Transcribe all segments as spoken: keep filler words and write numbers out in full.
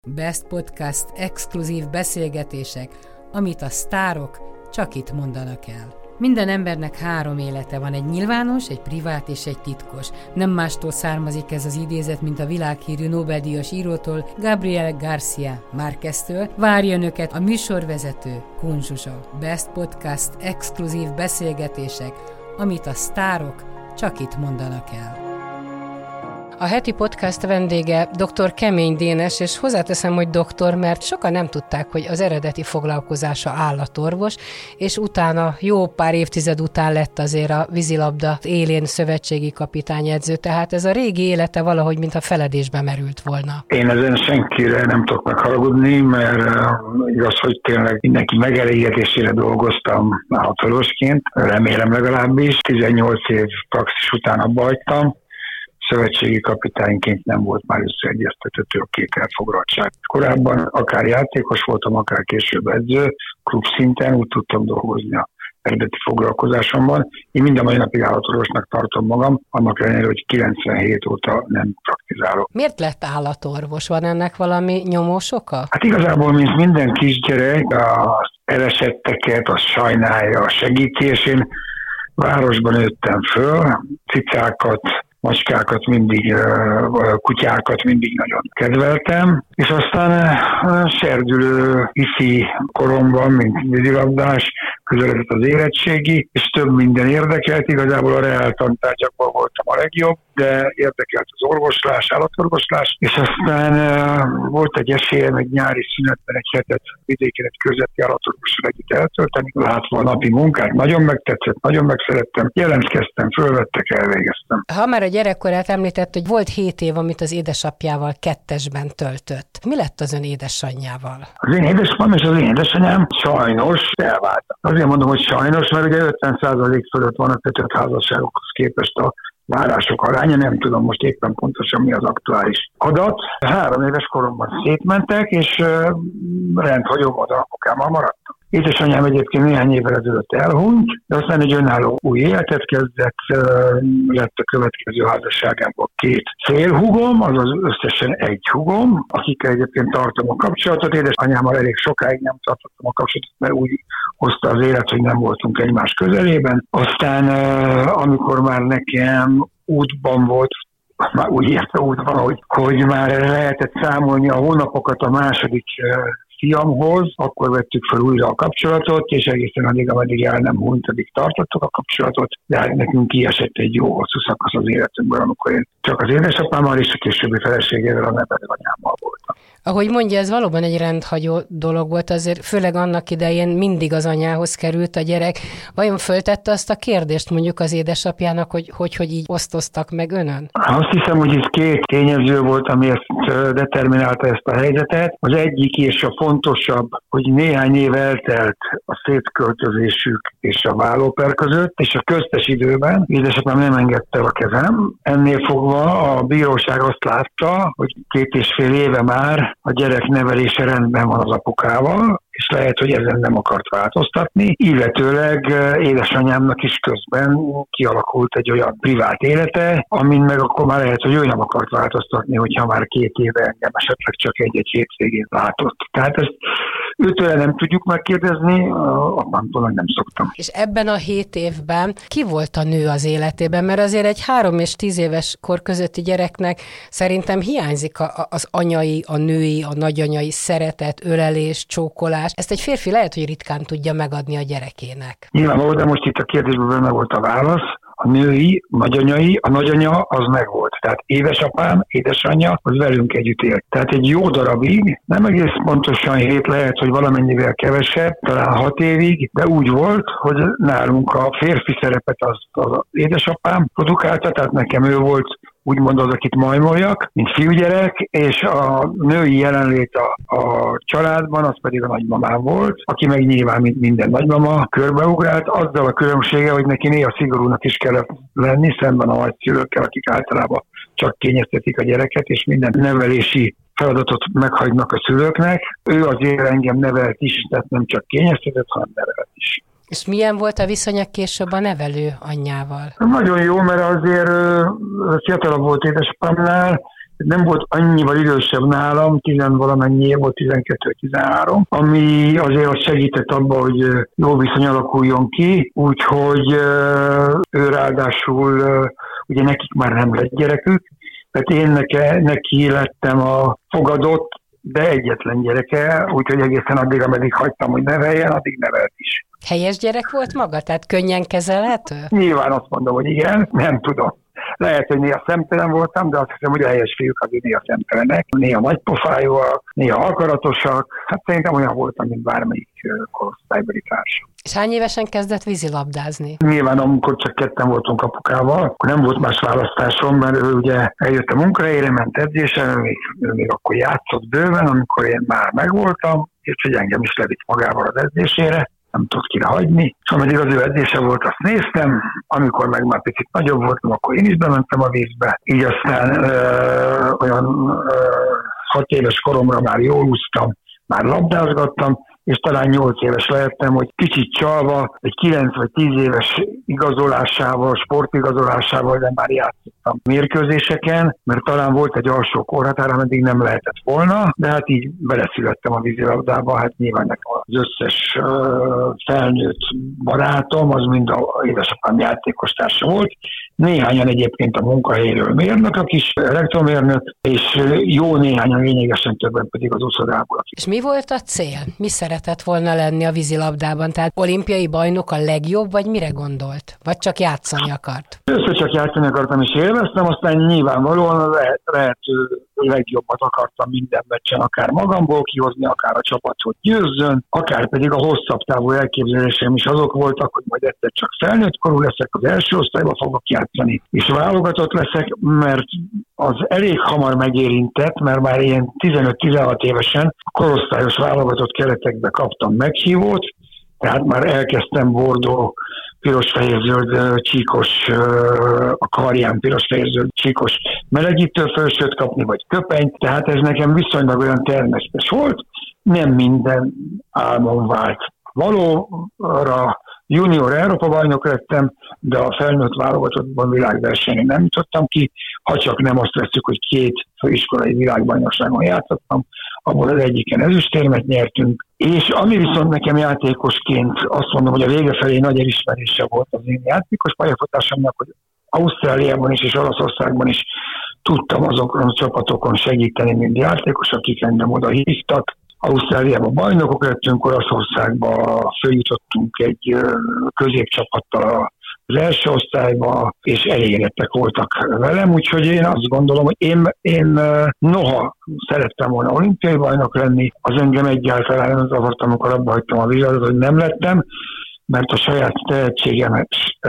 Best Podcast exkluzív beszélgetések, amit a sztárok csak itt mondanak el. Minden embernek három élete van, egy nyilvános, egy privát és egy titkos. Nem mástól származik ez az idézet, mint a világhírű Nobel-díjas írótól, Gabriel García Márqueztől. Várja önöket a műsorvezető, Kun Zsuzsa. Best Podcast exkluzív beszélgetések, amit a sztárok csak itt mondanak el. A heti podcast vendége dr. Kemény Dénes, és hozzáteszem, hogy doktor, mert sokan nem tudták, hogy az eredeti foglalkozása állatorvos, és utána, jó pár évtized után lett azért a vízilabda élén szövetségi kapitányedző, tehát ez a régi élete valahogy, mintha feledésbe merült volna. Én ezen senkire nem tudok megharagudni, mert igaz, hogy tényleg mindenki megelégedésére dolgoztam állatorvosként, remélem legalábbis, tizennyolc év praxis után abba hagytam. Szövetségi kapitányként nem volt már összeegyeztethető a kék elfoglaltság. Korábban akár játékos voltam, akár később edző, klub szinten úgy tudtam dolgozni a eredeti foglalkozásomban. Én minden mai napig állatorvosnak tartom magam, annak ellenére, hogy kilencvenhét óta nem praktizálok. Miért lett állatorvos? Van ennek valami nyomós oka? Hát igazából, mint minden kisgyerek, az elesetteket, az sajnálja a segítés. Én városban nőttem föl, cicákat, macskákat mindig, kutyákat mindig nagyon kedveltem, és aztán serdülő ifi koromban, mint vízilabdás, közeledett az érettségi, és több minden érdekelt, igazából a reál tantárgyakban voltam a legjobb, de érdekelt az orvoslás, állatorvoslás, és aztán uh, volt egy esélyem egy nyári szünetben egy hetet vidéken egy közötti állatorvossal együtt eltölteni, látva a napi munkát, nagyon megtetszett, nagyon megszerettem, jelentkeztem, fölvettek, elvégeztem. Ha már a gyerekkorát említett, hogy volt hét év, amit az édesapjával kettesben töltött. Mi lett az ön édesanyjával? Az én édesapám és az én édesanyám sajnos elváltak. Azért mondom, hogy sajnos, mert ugye ötven százalék fölött van a kötött házasságokhoz képest a várások aránya, nem tudom most éppen pontosan mi az aktuális adat. Három éves koromban szétmentek, és uh, rendhagyom oda apukámmal maradtam. Édesanyám egyébként néhány évvel ezelőtt elhunyt, de aztán egy önálló új életet kezdett, lett a következő házasságából két félhúgom, azaz összesen egy húgom, akikkel egyébként tartom a kapcsolatot. Édesanyámmal elég sokáig nem tartottam a kapcsolatot, mert úgy hozta az élet, hogy nem voltunk egymás közelében. Aztán amikor már nekem útban volt, már úgy érte útban, hogy, hogy már lehetett számolni a hónapokat a második fiamhoz, akkor vettük fel újra a kapcsolatot, és egészen addig, ameddig el nem hunyt, addig tartottuk a kapcsolatot, de hát nekünk kiesett egy jó hosszú szakasz az életünkből, amikor én csak az édesapámmal és a későbbi feleségével, a nevelőanyámmal voltam. Ahogy mondja, ez valóban egy rendhagyó dolog volt, azért főleg annak idején mindig az anyához került a gyerek. Vajon föltette azt a kérdést mondjuk az édesapjának, hogy hogy, hogy így osztoztak meg önön? Azt hiszem, hogy ez két tényező volt, ami ezt determinálta ezt a helyzetet. Az egyik és a fontosabb, hogy néhány év eltelt a szétköltözésük és a vállóper között, és a köztes időben édesapám nem engedte a kezem. Ennél fogva a bíróság azt látta, hogy két és fél éve már a gyerek nevelése rendben van az apukával, és lehet, hogy ezen nem akart változtatni. Illetőleg édesanyámnak is közben kialakult egy olyan privát élete, amin meg akkor már lehet, hogy ő nem akart változtatni, hogyha már két éve engem esetleg csak egy-egy hétvégén látott. Tehát ezt őtől nem tudjuk megkérdezni, apámtól nem szoktam. És ebben a hét évben ki volt a nő az életében? Mert azért egy három és tíz éves kor közötti gyereknek szerintem hiányzik a, az anyai, a női, a nagyanyai szeretet, ölelés, csókolás. Ezt egy férfi lehet, hogy ritkán tudja megadni a gyerekének. Nyilvánvaló, de most itt a kérdésből benne volt a válasz. A női, a nagyanyai, a nagyanya az megvolt. Tehát édesapám, édesanyja, az velünk együtt élt. Tehát egy jó darabig, nem egész pontosan hét, lehet, hogy valamennyivel kevesebb, talán hat évig, de úgy volt, hogy nálunk a férfi szerepet az, az édesapám produkálta, tehát nekem ő volt úgymond az, akit majmoljak, mint fiúgyerek, és a női jelenlét a, a családban, az pedig a nagymamám volt, aki meg nyilván, mint minden nagymama, körbeugrált, azzal a különbsége, hogy neki néha szigorúnak is kellett lenni, szemben a nagyszülőkkel, akik általában csak kényeztetik a gyereket, és minden nevelési feladatot meghagynak a szülőknek. Ő azért engem nevelt is, tehát nem csak kényeztetett, hanem nevelt is. És milyen volt a viszonya később a nevelő anyjával? Nagyon jó, mert azért fiatalabb volt édesapámnál, Nem volt annyival idősebb nálam, tizenvalamennyi év volt, tizenkettő-tizenhárom, ami azért segített abban, hogy jó viszony alakuljon ki, úgyhogy ő ráadásul, ugye nekik már nem lett gyerekük, tehát én neke, neki lettem a fogadott, de egyetlen gyereke, úgyhogy egészen addig, ameddig hagytam, hogy neveljen, addig nevelt is. Helyes gyerek volt maga? Tehát könnyen kezelhető? Nyilván azt mondom, hogy igen, nem tudom. Lehet, hogy néha szemtelen voltam, de azt hiszem, hogy a helyes fiúk azért néha szemtelenek, néha nagypofájúak, néha akaratosak. Hát szerintem olyan voltam, mint bármelyik korosztálybeli társam. És hány évesen kezdett vízilabdázni? Nyilván, amikor csak ketten voltunk apukával, akkor nem volt más választásom, mert ő ugye eljött a munkahelyére, ment edzésre, ő még, ő még akkor játszott bőven, amikor én már megvoltam, és hogy engem is levitt magával az edzésére. Nem tudott kire hagyni. És ameddig az ő edzése volt, azt néztem, amikor meg már picit nagyobb voltam, akkor én is bementem a vízbe. Így aztán ö, olyan ö, hat éves koromra már jól úsztam, már labdázgattam, és talán nyolc éves lehettem, hogy kicsit csalva, egy kilenc vagy tíz éves igazolásával, sportigazolásával, de már játszottam mérkőzéseken, mert talán volt egy alsó korhatár, ameddig nem lehetett volna, de hát így beleszülettem a vízilabdába, hát nyilván nekem az összes uh, felnőtt barátom, az mind a édesapám játékostársa volt, néhányan egyébként a munkahelyről mérnökök is, elektromérnök, és jó néhányan, lényegesen többen pedig az uszodából. És mi volt a cél? Mi szeretett volna lenni a vízilabdában? Tehát olimpiai bajnok a legjobb, vagy mire gondolt? Vagy csak játszani akart? Először csak játszani akartam és élveztem, aztán nyilvánvalóan a lehet, lehető legjobbat akartam minden meccsen, akár magamból kihozni, akár a csapatot győzzön, akár pedig a hosszabb távú elképzelésem is azok voltak, hogy majd egyszer csak felnőtt korú leszek, az első osztályba fogok játszani, és válogatott leszek, mert az elég hamar megérintett, mert már ilyen tizenöt-tizenhat évesen korosztályos válogatott keretekbe kaptam meghívót, tehát már elkezdtem bordó, piros-fehér-zöld csíkos, a karján piros-fehér-zöld csíkos melegítő felsőt kapni, vagy köpenyt, tehát ez nekem viszonylag olyan természetes volt, nem minden álmom vált valóra. Junior Európa bajnok lettem, de a felnőtt válogatottban világversenyen nem jutottam ki, ha csak nem azt veszük, hogy két főiskolai világbajnokságon játszottam, abból az egyiken ezüstérmet nyertünk, és ami viszont nekem játékosként azt mondom, hogy a vége felé nagy elismerése volt az én játékos pályafutásomnak, hogy Ausztráliában is és Olaszországban is tudtam azokon a csapatokon segíteni, mint játékos, akik engem oda hívtak. Ausztráliában bajnokok lettünk, Olaszországban följutottunk egy középcsapattal az első osztályba, és elégedettek voltak velem, úgyhogy én azt gondolom, hogy én, én noha szerettem volna olimpiai bajnok lenni, az engem egyáltalán nem zavart, amikor abba hagytam a vízilabdát, hogy nem lettem, mert a saját tehetségemhez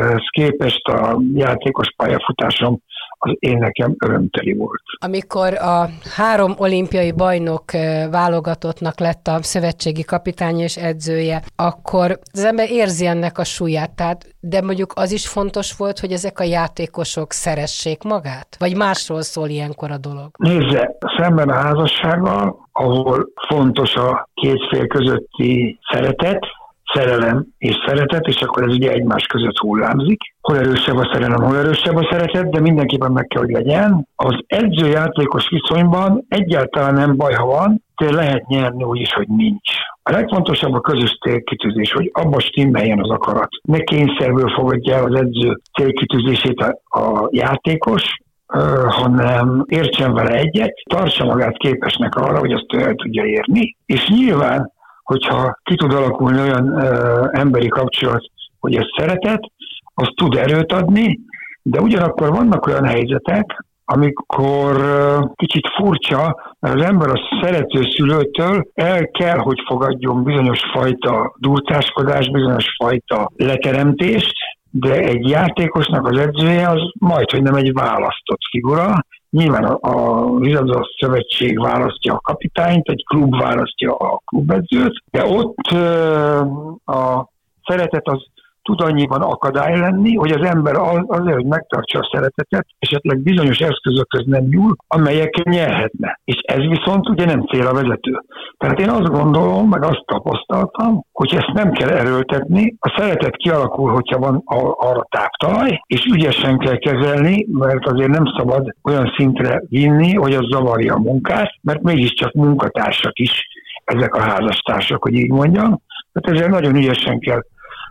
képest a játékos pályafutásom az én nekem örömteli volt. Amikor a három olimpiai bajnok válogatottnak lett a szövetségi kapitánya és edzője, akkor az ember érzi ennek a súlyát, tehát, de mondjuk az is fontos volt, hogy ezek a játékosok szeressék magát? Vagy másról szól ilyenkor a dolog? Nézze, szemben a házassággal, ahol fontos a két fél közötti szeretet, szerelem és szeretet, és akkor ez ugye egymás között hullámzik. Hol erősebb a szerelem, hol erősebb a szeretet, de mindenképpen meg kell, hogy legyen. Az edző-játékos viszonyban egyáltalán nem baj, ha van, de lehet nyerni úgy is, hogy nincs. A legfontosabb a közös célkitűzés, hogy abba stimmeljen az akarat. Ne kényszerből fogadja el az edző célkitűzését a, a játékos, Uh, hanem értsen vele egyet, tartsa magát képesnek arra, hogy azt el tudja érni, és nyilván hogyha ki tud alakulni olyan ö, emberi kapcsolat, hogy ez szeretet, az tud erőt adni, de ugyanakkor vannak olyan helyzetek, amikor ö, kicsit furcsa, mert az ember a szerető szülőtől el kell, hogy fogadjon bizonyos fajta durcáskodást, bizonyos fajta leteremtést, de egy játékosnak az edzője az majdhogy nem egy választott figura. Nyilván a, a vízilabda szövetség választja a kapitányt, egy klub választja a klubedzőt, de ott ö, a szeretet az tud annyiban akadály lenni, hogy az ember az, azért, hogy megtartsa a szeretetet, esetleg bizonyos eszközökhöz nem nyúl, amelyekkel nyerhetne. És ez viszont ugye nem cél a vezető. Tehát én azt gondolom, meg azt tapasztaltam, hogy ezt nem kell erőltetni, a szeretet kialakul, hogyha van arra táptalaj, és ügyesen kell kezelni, mert azért nem szabad olyan szintre vinni, hogy az zavarja a munkát, mert mégiscsak munkatársak is ezek a házastársak, hogy így mondjam. Tehát ezzel nagyon ügyesen kell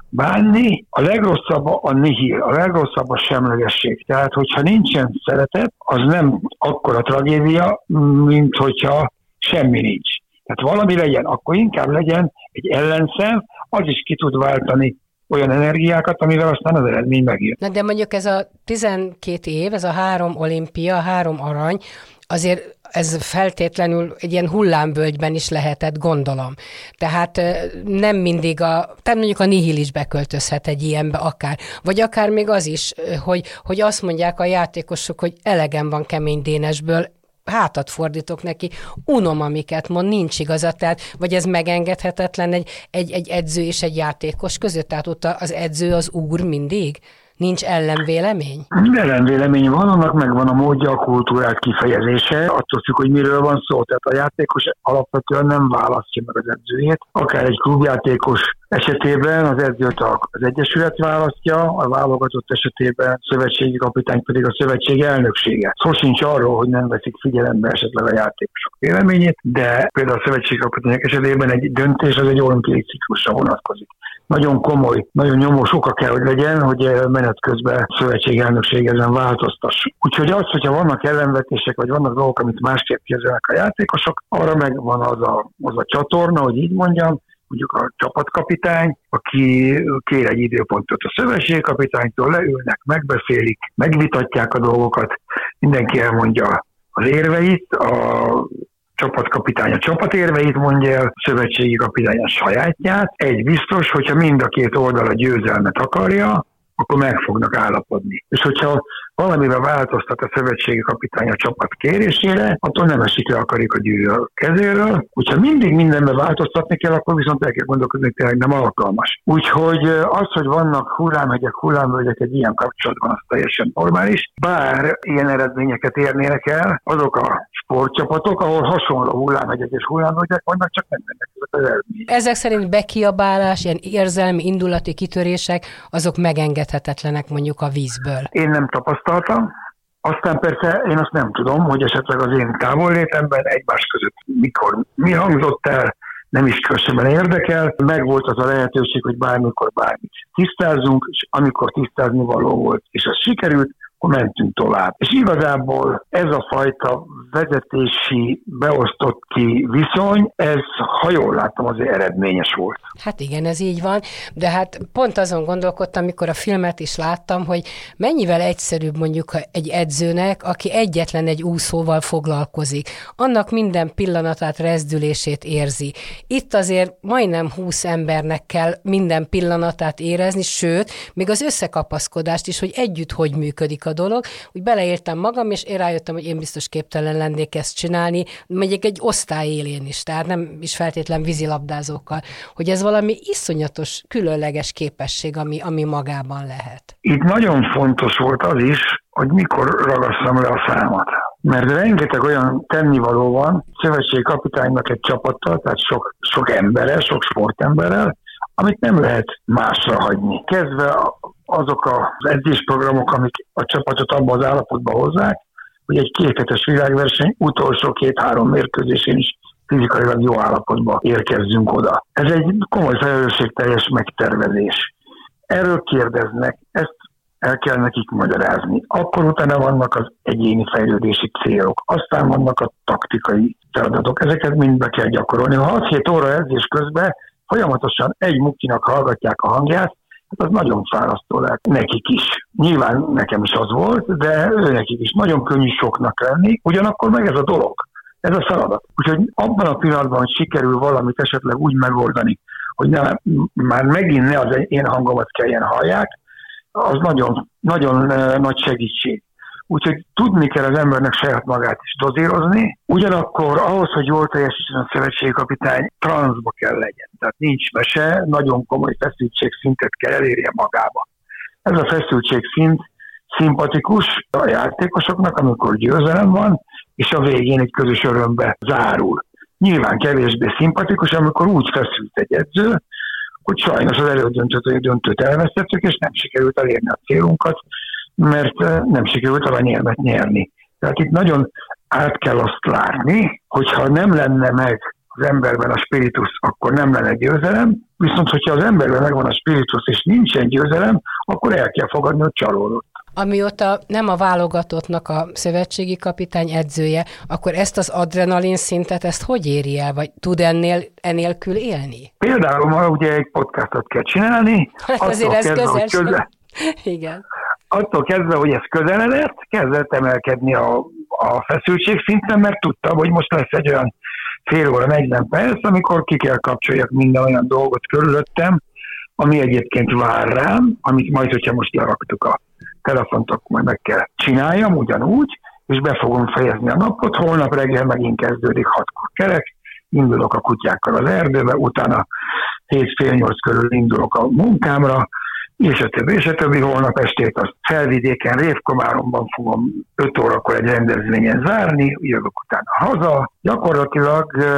bánni. A legrosszabb a nihil, a legrosszabb a semlegesség. Tehát, hogyha nincsen szeretet, az nem akkora tragédia, mint hogyha semmi nincs. Tehát valami legyen, akkor inkább legyen egy ellenszem, az is ki tud váltani olyan energiákat, amivel aztán az eredmény megjön. Na de mondjuk ez a tizenkét év, ez a három olimpia, három arany, azért ez feltétlenül egy ilyen hullámvölgyben is lehetett, gondolom. Tehát nem mindig a, tehát mondjuk a nihil is beköltözhet egy ilyenbe akár. Vagy akár még az is, hogy, hogy azt mondják a játékosok, hogy elegem van Kemény Dénesből, hátat fordítok neki, unom, amiket mond, nincs igazat, tehát, vagy ez megengedhetetlen egy, egy, egy edző és egy játékos között, tehát ott az edző az úr mindig? Nincs ellenvélemény? Ellenvélemény van, annak megvan a módja, a kultúrát kifejezése, attól függ, hogy miről van szó. Tehát a játékos alapvetően nem választja meg az edzőjét. Akár egy klubjátékos esetében az edzőt az egyesület választja, a válogatott esetében a szövetségi kapitány pedig a szövetség elnöksége. Szó sincs arról, hogy nem veszik figyelembe esetleg a játékosok véleményét, de például a szövetségi kapitányok esetében egy döntés az egy olimpiai ciklusra vonatkozik. Nagyon komoly, nagyon nyomós oka kell, hogy legyen, hogy menet közben a szövetség elnökség ezen változtass. Úgyhogy az, hogyha vannak ellenvetések, vagy vannak dolgok, amit másképp kezelnek a játékosok, arra megvan az a, az a csatorna, hogy így mondjam, mondjuk a csapatkapitány, aki kér egy időpontot a szövetségkapitánytól, leülnek, megbeszélik, megvitatják a dolgokat, mindenki elmondja az érveit, a csapatkapitány a csapatérveit mondja el, a szövetségi kapitány a sajátját. Egy biztos, hogyha mind a két oldal a győzelmet akarja, akkor meg fognak állapodni. És hogyha valamivel változtat a szövetségi kapitány a csapat kérésére, attól nem esik le a karikadű a kezéről. Hogyha mindig mindenben változtatni kell, akkor viszont el kell gondolkodni, hogy tényleg nem alkalmas. Úgyhogy az, hogy vannak hullámhegyek, hullámvölgyek egy ilyen kapcsolatban, az teljesen normális. Bár ilyen eredményeket érnének el, azok a sportcsapatok, ahol hasonló hullámhegyek és hullámvölgyek vannak, csak nem mennek ezek az eredmények. Ezek szerint bekiabálás, ilyen érzelmi, indulati kitörések, azok megengedhetetlenek mondjuk a vízből. Én nem tapasztaltam. Aztán persze én azt nem tudom, hogy esetleg az én távollétemben egymás között mikor mi hangzott el, nem is különösebben érdekel. Megvolt az a lehetőség, hogy bármikor bármit tisztázzunk, és amikor tisztázni való volt, és az sikerült, akkor mentünk tovább. És igazából ez a fajta vezetési, beosztotti viszony, ez, ha jól láttam, azért eredményes volt. Hát igen, ez így van, de hát pont azon gondolkodtam, amikor a filmet is láttam, hogy mennyivel egyszerűbb mondjuk egy edzőnek, aki egyetlen egy úszóval foglalkozik. Annak minden pillanatát, rezdülését érzi. Itt azért majdnem húsz embernek kell minden pillanatát érezni, sőt, még az összekapaszkodást is, hogy együtt hogy működik a dolog. Úgy beleértem magam, és én rájöttem, hogy én biztos képtelen lennék ezt csinálni, megyek egy osztály élén is, tehát nem is feltétlen vízilabdázókkal, hogy ez valami iszonyatos, különleges képesség, ami, ami magában lehet. Itt nagyon fontos volt az is, hogy mikor ragasszam le a számat. Mert rengeteg olyan tennivaló van, szövetségi kapitánynak egy csapattal, tehát sok, sok emberrel, sok sportemberrel, amit nem lehet másra hagyni. Kezdve azok az edzésprogramok, amik a csapatot abba az állapotba hozzák, hogy egy kéthetes világverseny utolsó két-három mérkőzésén is fizikailag jó állapotba érkezzünk oda. Ez egy komoly felelősségteljes megtervezés. Erről kérdeznek, ezt el kell nekik magyarázni. Akkor utána vannak az egyéni fejlődési célok, aztán vannak a taktikai feladatok. Ezeket mind be kell gyakorolni. Ha hat-hét óra edzés közben folyamatosan egy mukinak hallgatják a hangját, hát az nagyon fárasztó lehet nekik is. Nyilván nekem is az volt, de ő nekik is nagyon könnyű soknak lenni, ugyanakkor meg ez a dolog, ez a feladat. Úgyhogy abban a pillanatban, hogy sikerül valamit esetleg úgy megoldani, hogy ne, már megint ne az én hangomat kelljen hallják, az nagyon, nagyon nagy segítség. Úgyhogy tudni kell az embernek saját magát is dozírozni, ugyanakkor ahhoz, hogy jól teljesítsen a szövetségi kapitány, transzba kell legyen. Tehát nincs mese, nagyon komoly feszültségszintet kell elérje magába. Ez a feszültségszint szimpatikus a játékosoknak, amikor győzelem van, és a végén egy közös örömbe zárul. nyilván kevésbé szimpatikus, amikor úgy feszült egy edző, hogy sajnos az elődöntőt, döntőt elvesztettük, és nem sikerült elérni a célunkat, mert nem sikerült aranyérmet nyerni. Tehát itt nagyon át kell azt látni, hogyha nem lenne meg az emberben a spiritus, akkor nem lenne győzelem, viszont hogyha az emberben megvan a spiritus, és nincsen győzelem, akkor el kell fogadni, hogy csalódott. Amióta nem a válogatottnak a szövetségi kapitány edzője, akkor ezt az adrenalin szintet, ezt hogy éri el, vagy tud ennél enélkül élni? Például ma ugye egy podcastot kell csinálni. Hát azért ez közel. közel Igen. Attól kezdve, hogy ez közeledett, kezdett emelkedni a, a feszültség szinten, mert tudtam, hogy most lesz egy olyan fél óra, negyven perc, amikor ki kell kapcsoljak minden olyan dolgot körülöttem, ami egyébként vár rám, amit majd, hogyha most leraktuk a telefont, akkor majd meg kell csináljam ugyanúgy, és be fogom fejezni a napot, holnap reggel megint kezdődik hatkor kerek, indulok a kutyákkal az erdőbe, utána hét fél nyolc körül indulok a munkámra, és a többi, és a többi holnap estét a Felvidéken, Révkomáromban fogom öt órakor egy rendezvényen zárni, jövök utána haza. Gyakorlatilag uh,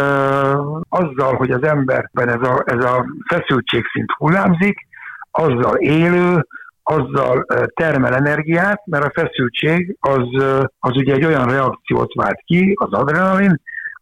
azzal, hogy az emberben ez a, ez a feszültségszint hullámzik, azzal élő, azzal uh, termel energiát, mert a feszültség az, uh, az ugye egy olyan reakciót vált ki, az adrenalin,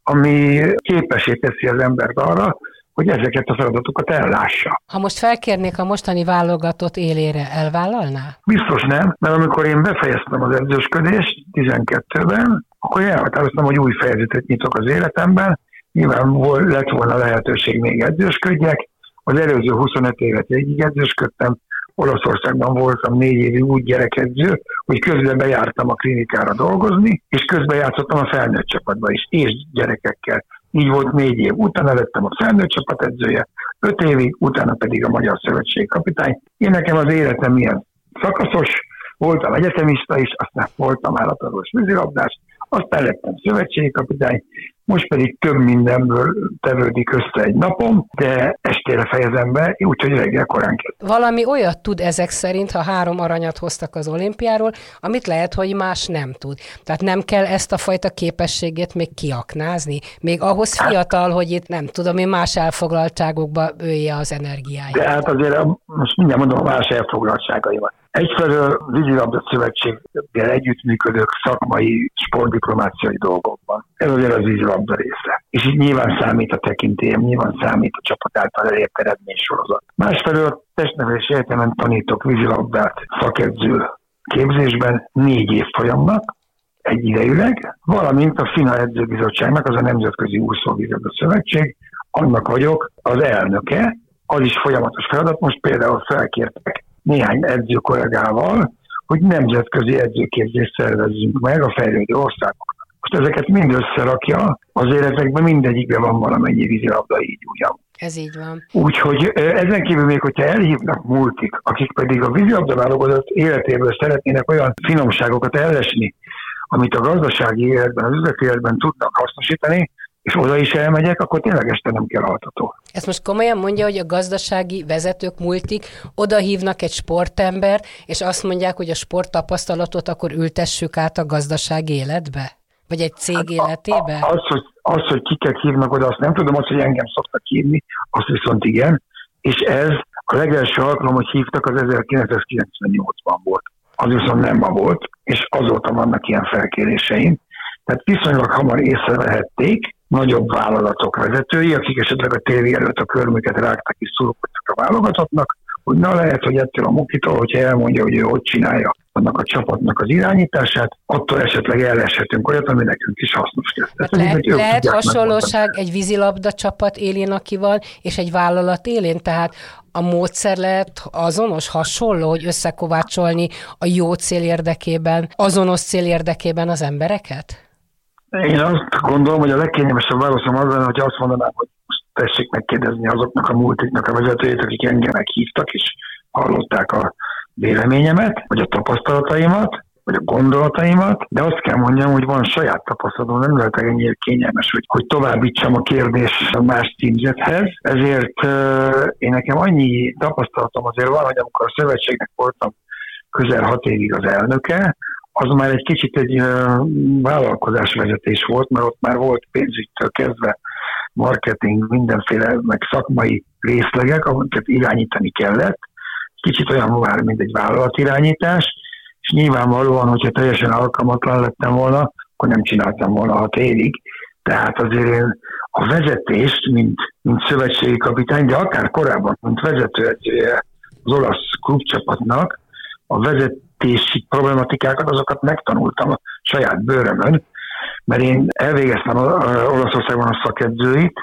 ami képessé teszi az embert arra, hogy ezeket a feladatokat ellássa. Ha most felkérnék a mostani válogatott élére, elvállalná? Biztos nem, mert amikor én befejeztem az edzősködést tizenkettőben, akkor elhatároztam, hogy új fejezetet nyitok az életemben. Nyilván vol, lett volna lehetőség még edzősködjek. Az előző huszonöt évet végig edzősködtem. Olaszországban voltam négy évig úgy gyerekedző, hogy közben bejártam a klinikára dolgozni, és közben játszottam a felnőtt csapatba is, és gyerekekkel. Így volt négy év. Utána lettem a felnőtt csapat edzője, öt évig, utána pedig a Magyar Szövetség kapitány. Én nekem az életem ilyen szakaszos, voltam egyetemista is, aztán voltam állatorvos vízilabdás, aztán lettem szövetségi kapitány, most pedig több mindenből tevődik össze egy napom, de estére fejezem be, úgyhogy reggel korán kell. Valami olyat tud ezek szerint, ha három aranyat hoztak az olimpiáról, amit lehet, hogy más nem tud. Tehát nem kell ezt a fajta képességét még kiaknázni? Még ahhoz fiatal, hogy itt nem tudom, én más elfoglaltságokba ölje az energiáját. De hát azért most mindjárt mondom a más elfoglaltságaimat. Egyfelől vízilabda szövetséggel együttműködők szakmai, sportdiplomáciai dolgokban. Ez azért az vízilabda része. És így nyilván számít a tekintélyem, nyilván számít a csapat által elért eredménysorozat. Másfelől testnevelési egyetemen tanítok vízilabdát szakedző képzésben négy évfolyamnak, egyidejűleg, valamint a FINA edzőbizottságnak, az a Nemzetközi Úszóvízilabda Szövetség, annak vagyok az elnöke, az is folyamatos feladat. Most például felkértek néhány edző kollégával, hogy nemzetközi edzőképzést szervezzünk meg a fejlődő országoknak. Most ezeket mind összerakja, azért ezekben mindegyikben van valamennyi vízilabda, így ugyan. Ez így van. Úgyhogy ezen kívül még, hogyha elhívnak multik, akik pedig a vízilabda válogatott életéből szeretnének olyan finomságokat ellesni, amit a gazdasági életben, az üzleti életben tudnak hasznosítani, és oda is elmegyek, akkor tényleg este nem kell altató. Ezt most komolyan mondja, hogy a gazdasági vezetők, multik oda hívnak egy sportembert, és azt mondják, hogy a sporttapasztalatot akkor ültessük át a gazdasági életbe? Vagy egy cég hát életébe? Az hogy, az, hogy kiket hívnak oda, azt nem tudom, az, hogy engem szoktak hívni, azt viszont igen, és ez a legelső alkalom, hogy hívtak, az ezerkilencszázkilencvennyolcban volt. Az viszont nem ma volt, és azóta vannak ilyen felkéréseim. Tehát viszonylag hamar észrevehették nagyobb vállalatok vezetői, akik esetleg a tévé előtt a körmüket rágtak és szurkoltak a válogatottnak, hogy na lehet, hogy ettől a mukitól, hogyha elmondja, hogy ő hogy csinálja annak a csapatnak az irányítását, attól esetleg elleshetünk olyat, ami nekünk is hasznos lesz. Lehet, lehet hasonlóság egy vízilabda csapat élén, aki van, és egy vállalat élén, tehát a módszer lehet azonos, hasonló, hogy összekovácsolni a jó cél érdekében, azonos cél érdekében az embereket? Én azt gondolom, hogy a legkényelmesebb válaszom az lenne, hogy azt mondanám, hogy most tessék megkérdezni azoknak a multiknak a vezetőjét, akik engem meghívtak, és hallották a véleményemet, vagy a tapasztalataimat, vagy a gondolataimat, de azt kell mondjam, hogy van saját tapasztalatom, nem lehet ennyire kényelmes, hogy, hogy továbbítsam a kérdést a más címzethez. Ezért uh, én nekem annyi tapasztalatom azért van, hogy amikor a szövetségnek voltam közel hat évig az elnöke, az már egy kicsit egy uh, vállalkozásvezetés volt, mert ott már volt pénzügytől kezdve marketing, mindenféle meg szakmai részlegek, amiket irányítani kellett. Kicsit olyan már, mint egy vállalatirányítás, és nyilvánvalóan, hogyha teljesen alkalmatlan lettem volna, akkor nem csináltam volna hat évig. Tehát azért én a vezetést, mint, mint szövetségi kapitány, de akár korábban, mint vezetőedzője az olasz klubcsapatnak, a vezetési problematikákat, azokat megtanultam a saját bőrömön, mert én elvégeztem Olaszországban a szakedzőit,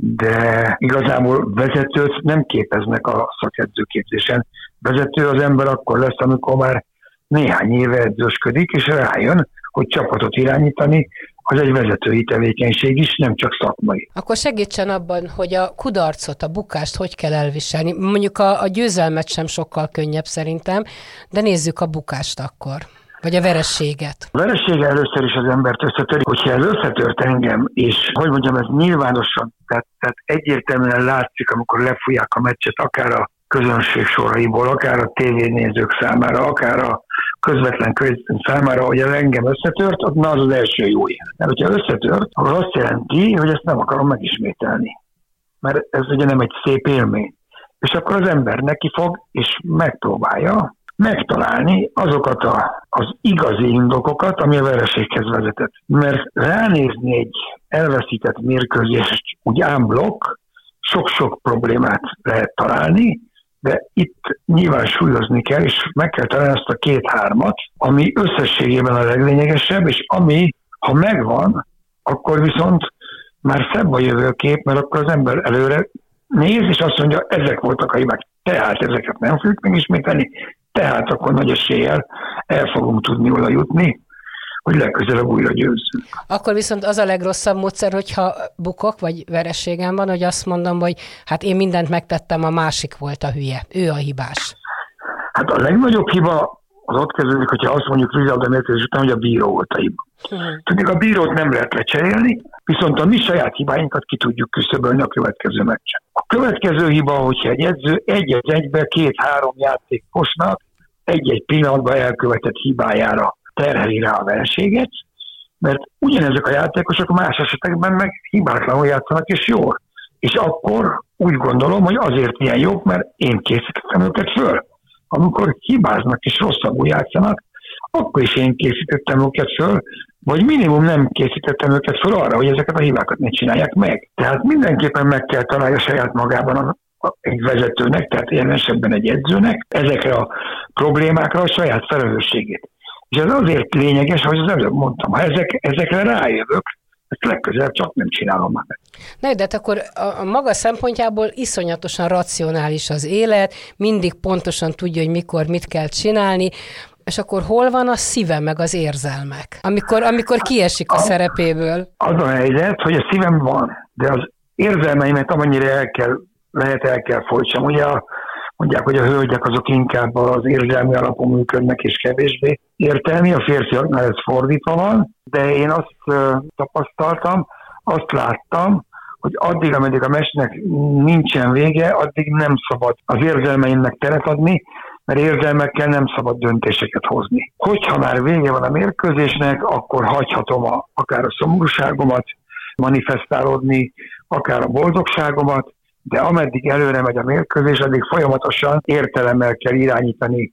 de igazából vezetőt nem képeznek a szakedzőképzésen. Vezető az ember akkor lesz, amikor már néhány éve edzősködik, és rájön, hogy csapatot irányítani, az egy vezetői tevékenység is, nem csak szakmai. Akkor segítsen abban, hogy a kudarcot, a bukást hogy kell elviselni. Mondjuk a, a győzelmet sem sokkal könnyebb szerintem, de nézzük a bukást akkor, vagy a verességet. A veressége először is az embert összetöri, hogyha ez összetört engem, és hogy mondjam, ez nyilvánosan, tehát, tehát egyértelműen látszik, amikor lefújják a meccset, akár a közönség soraiból, akár a tévénézők számára, akár a közvetlen közvetlen számára, hogy ez engem összetört, az az az első jó jel. Mert hogyha összetört, akkor azt jelenti, hogy ezt nem akarom megismételni. Mert ez ugye nem egy szép élmény. És akkor az ember neki fog, és megpróbálja megtalálni azokat a, az igazi indokokat, ami a vereséghez vezetett. Mert ránézni egy elveszített mérkőzést úgy ámblok, sok-sok problémát lehet találni, de itt nyilván súlyozni kell, és meg kell találni azt a két-hármat, ami összességében a leglényegesebb, és ami, ha megvan, akkor viszont már szebb a jövőkép, mert akkor az ember előre néz, és azt mondja, ezek voltak a hibák, tehát ezeket nem fogjuk megismételni, tehát akkor nagy eséllyel el fogunk tudni oda jutni, hogy legközelebb újra győzzünk. Akkor viszont az a legrosszabb módszer, hogyha bukok, vagy vereségem van, hogy azt mondom, hogy hát én mindent megtettem, a másik volt a hülye, ő a hibás. Hát a legnagyobb hiba az ott kezdődik, hogyha azt mondjuk vízilabda mérkőzés után, hogy a bíró volt a hiba. Uh-huh. Tudjuk, a bírót nem lehet lecserélni, viszont a mi saját hibáinkat ki tudjuk küszöbölni a következő meccsen. A következő hiba, hogyha egy edző egy-egybe két-három játékosnak egy-egy pillanatban elkövetett hibájára terheli rá a vereséget, mert ugyanezek a játékosok más esetekben meg hibátlanul játszanak és jól. És akkor úgy gondolom, hogy azért ilyen jók, mert én készítettem őket föl. Amikor hibáznak és rosszabbul játszanak, akkor is én készítettem őket föl, vagy minimum nem készítettem őket föl arra, hogy ezeket a hibákat ne csinálják meg. Tehát mindenképpen meg kell találja saját magában a, a, egy vezetőnek, tehát ilyen esetben egy edzőnek, ezekre a problémákra a saját felelősségét. És ez azért lényeges, hogy az előbb mondtam, ha ezek, ezekre rájövök, ezt legközelebb csak nem csinálom már meg. Na, de hát akkor a, a maga szempontjából iszonyatosan racionális az élet, mindig pontosan tudja, hogy mikor mit kell csinálni, és akkor hol van a szíve meg az érzelmek, amikor, amikor kiesik a, a szerepéből? Az a helyzet, hogy a szívem van, de az érzelmeimet amennyire el kell, lehet el kell folytsam. Ugye a, mondják, hogy a hölgyek azok inkább az érzelmi alapon működnek, és kevésbé értelmi, a férfiaknál ez fordítva van, de én azt uh, tapasztaltam, azt láttam, hogy addig, ameddig a meccsnek nincsen vége, addig nem szabad az érzelmeimnek teret adni, mert érzelmekkel nem szabad döntéseket hozni. Hogyha már vége van a mérkőzésnek, akkor hagyhatom a, akár a szomorúságomat manifestálódni, akár a boldogságomat, de ameddig előre megy a mérkőzés, addig folyamatosan értelemmel kell irányítani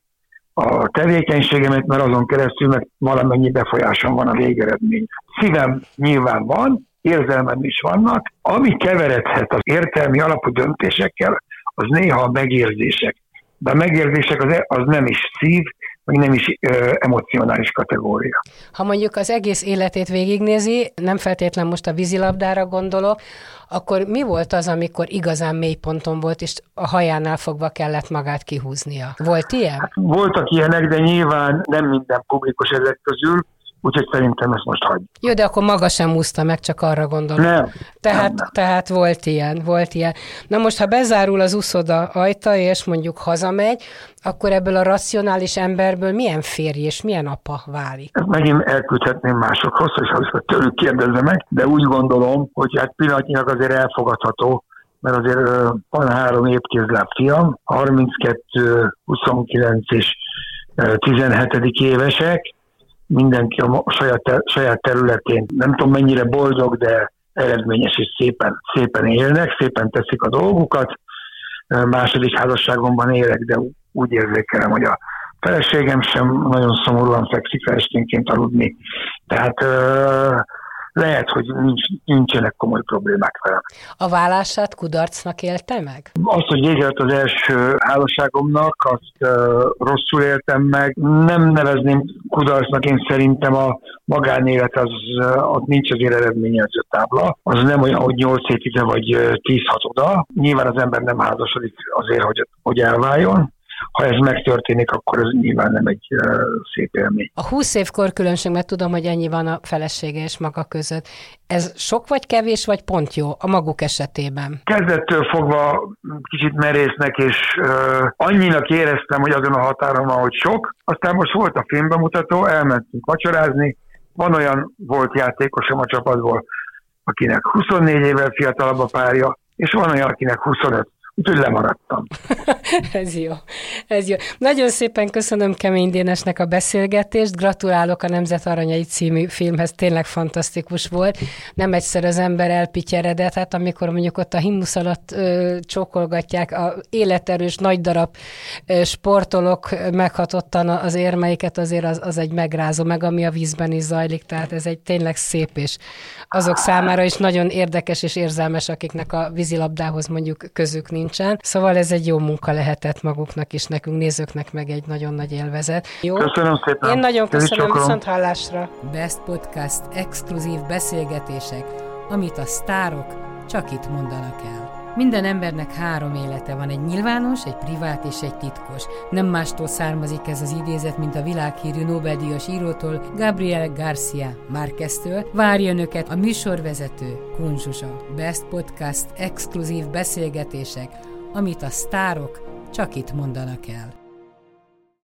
a tevékenységemet, mert azon keresztül meg valamennyi befolyásom van a végeredményre. Szívem nyilván van, érzelmem is vannak, ami keveredhet az értelmi alapú döntésekkel, az néha a megérzések. De a megérzések az, az nem is szív, vagy nem is ö, emocionális kategória. Ha mondjuk az egész életét végignézi, nem feltétlen most a vízilabdára gondolok, akkor mi volt az, amikor igazán mélyponton volt, és a hajánál fogva kellett magát kihúznia? Volt ilyen? Hát, voltak ilyenek, de nyilván nem minden publikus ezek közül, úgyhogy szerintem ezt most hagyjuk. Jó, de akkor maga sem úszta meg, csak arra gondolom. Nem. Tehát, nem, nem. tehát volt ilyen, volt ilyen. Na most, ha bezárul az úszoda ajtaja, és mondjuk hazamegy, akkor ebből a racionális emberből milyen férj és milyen apa válik? Ezt megint elküldhetném másokhoz, és azt tőlük kérdezze meg, de úgy gondolom, hogy hát pillanatnyilag azért elfogadható, mert azért van három évkézláb fiam, harminckettő, huszonkilenc és tizenhetedik évesek, mindenki a saját, saját területén, nem tudom mennyire boldog, de eredményes és szépen, szépen élnek, szépen teszik a dolgukat. Második házasságomban élek, de úgy érzékelem, hogy a feleségem sem nagyon szomorúan fekszik le esténként aludni. Tehát uh, lehet, hogy nincs, nincsenek komoly problémák velem. A vállását kudarcnak élte meg? Azt, hogy vége lett az első házasságomnak, azt uh, rosszul éltem meg. Nem nevezném kudarcnak, én szerintem a magánélet az, uh, ott nincs azért eredményező tábla. Az nem olyan, hogy nyolc hét ide vagy tíz hat oda. Nyilván az ember nem házasodik azért, hogy, hogy elváljon. Ha ez megtörténik, akkor ez nyilván nem egy uh, szép élmény. A húsz év korkülönbség, mert tudom, hogy ennyi van a felesége és maga között. Ez sok vagy kevés, vagy pont jó a maguk esetében? Kezdettől fogva kicsit merésznek, és uh, annyinak éreztem, hogy azon a határon van, hogy sok. Aztán most volt a filmbemutató, elmentünk vacsorázni. Van olyan volt játékosom a csapatból, akinek huszonnégy évvel fiatalabb a párja, és van olyan, akinek huszonöt. Úgyhogy lemaradtam. Ez jó. Ez jó. Nagyon szépen köszönöm Kemény Dénesnek a beszélgetést, gratulálok a Nemzet Aranyai című filmhez, tényleg fantasztikus volt. Nem egyszer az ember elpityeredett, hát amikor mondjuk ott a himnusz alatt ö, csókolgatják a életerős, nagy darab ö, sportolók meghatottan az érmeiket, azért az, az egy megrázó, meg ami a vízben is zajlik, tehát ez egy tényleg szép, és azok számára is nagyon érdekes és érzelmes, akiknek a vízilabdához mondjuk közük nincs. Nincsen. Szóval ez egy jó munka lehetett maguknak is, nekünk nézőknek meg egy nagyon nagy élvezet. Jó? Köszönöm szépen. Én nagyon köszönöm, viszont hallásra. Best Podcast exkluzív beszélgetések, amit a sztárok csak itt mondanak el. Minden embernek három élete van, egy nyilvános, egy privát és egy titkos. Nem mástól származik ez az idézet, mint a világhírű Nobel-díjas írótól, Gabriel García Márqueztől. Várja önöket a műsorvezető, Kun Zsuzsa. Best Podcast exkluzív beszélgetések, amit a sztárok csak itt mondanak el.